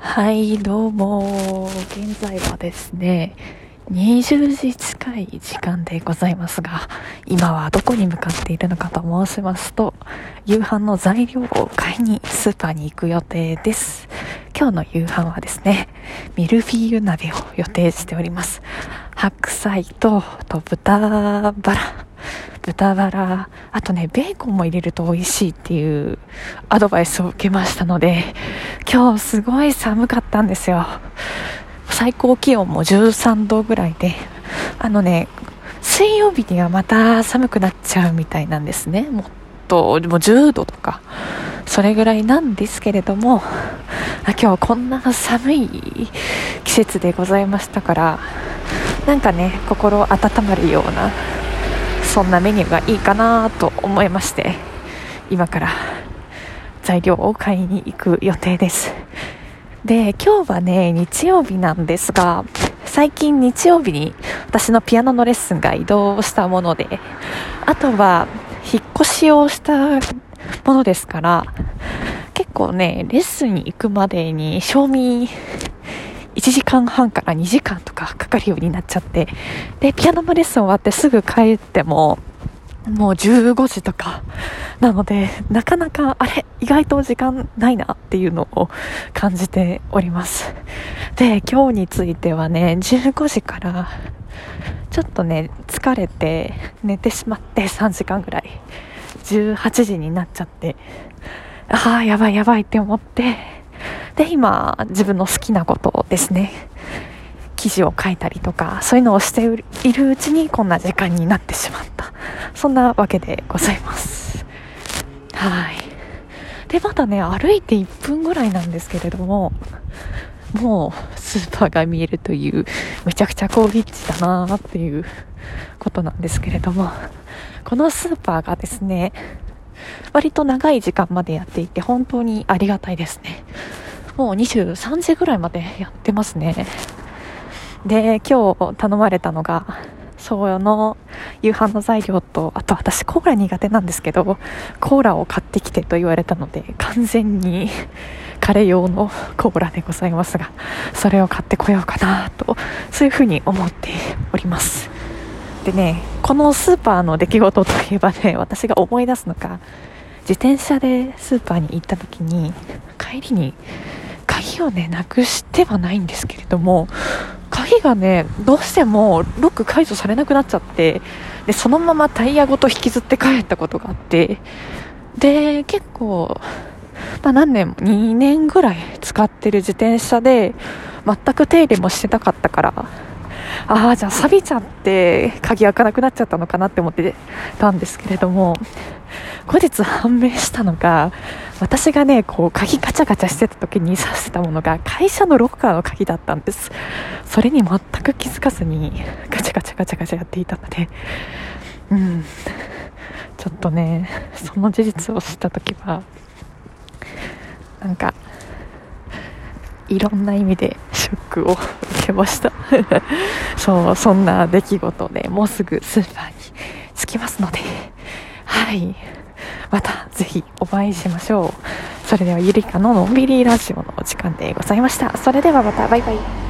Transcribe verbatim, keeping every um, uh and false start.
はい、どうも。現在はですね、にじゅうじ近い時間でございますが、今はどこに向かっているのかと申しますと、夕飯の材料を買いにスーパーに行く予定です。今日の夕飯はですね、ミルフィーユ鍋を予定しております。白菜と、と豚バラ。豚バラ、あとね、ベーコンも入れると美味しいっていうアドバイスを受けましたので、今日すごい寒かったんですよ。最高気温もじゅうさんどぐらいで、あのね、水曜日にはまた寒くなっちゃうみたいなんですね。もっと、もうじゅうどとか、それぐらいなんですけれども、あ今日こんな寒い季節でございましたから、なんかね、心温まるような、そんなメニューがいいかなと思いまして、今から材料を買いに行く予定です。で、今日はね、日曜日なんですが、最近日曜日に私のピアノのレッスンが移動したもので、あとは引っ越しをしたものですから、結構ね、レッスンに行くまでに賞味いちじかんはんからにじかんとかかかるようになっちゃって、で、ピアノのレッスン終わってすぐ帰っても、もうじゅうごじとか、なので、なかなか、あれ、意外と時間ないなっていうのを感じております。で、今日についてはね、じゅうごじから、ちょっとね、疲れて寝てしまってさんじかんぐらい、じゅうはちじになっちゃって、ああ、やばいやばいって思って、で、今、自分の好きなことをですね、記事を書いたりとか、そういうのをしているうちにこんな時間になってしまった。そんなわけでございます。はい。で、まだね、歩いていっぷんぐらいなんですけれども、もうスーパーが見えるという、めちゃくちゃ好立地だなっていうことなんですけれども、このスーパーがですね、割と長い時間までやっていて、本当にありがたいですね。もうにじゅうさんじぐらいまでやってますね。で、今日頼まれたのが、その夕飯の材料と、あと私コーラ苦手なんですけど、コーラを買ってきてと言われたので、完全に彼用のコーラでございますが、それを買ってこようかなと、そういうふうに思っております。でね、このスーパーの出来事といえばね、私が思い出すのが、自転車でスーパーに行った時に、帰りに鍵をね、なくしてはないんですけれども、鍵がね、どうしてもロック解除されなくなっちゃって、で、そのままタイヤごと引きずって帰ったことがあって、で、結構、まあ何年も、にねんぐらい使ってる自転車で、全く手入れもしてなかったから、ああ、じゃあ錆びちゃって鍵開かなくなっちゃったのかなって思ってたんですけれども、後日判明したのが、私がね、こう鍵ガチャガチャしてた時に挿してたものが会社のロッカーの鍵だったんです。それに全く気づかずにガチャガチャガチャガチャやっていたので、うん、ちょっとね、その事実を知った時は、なんか、いろんな意味でショックを受けましたそう、そんな出来事でもうすぐスーパーに着きますので、はい、またぜひお会いしましょう。それではゆりかののんびりラジオのお時間でございました。それではまた、バイバイ。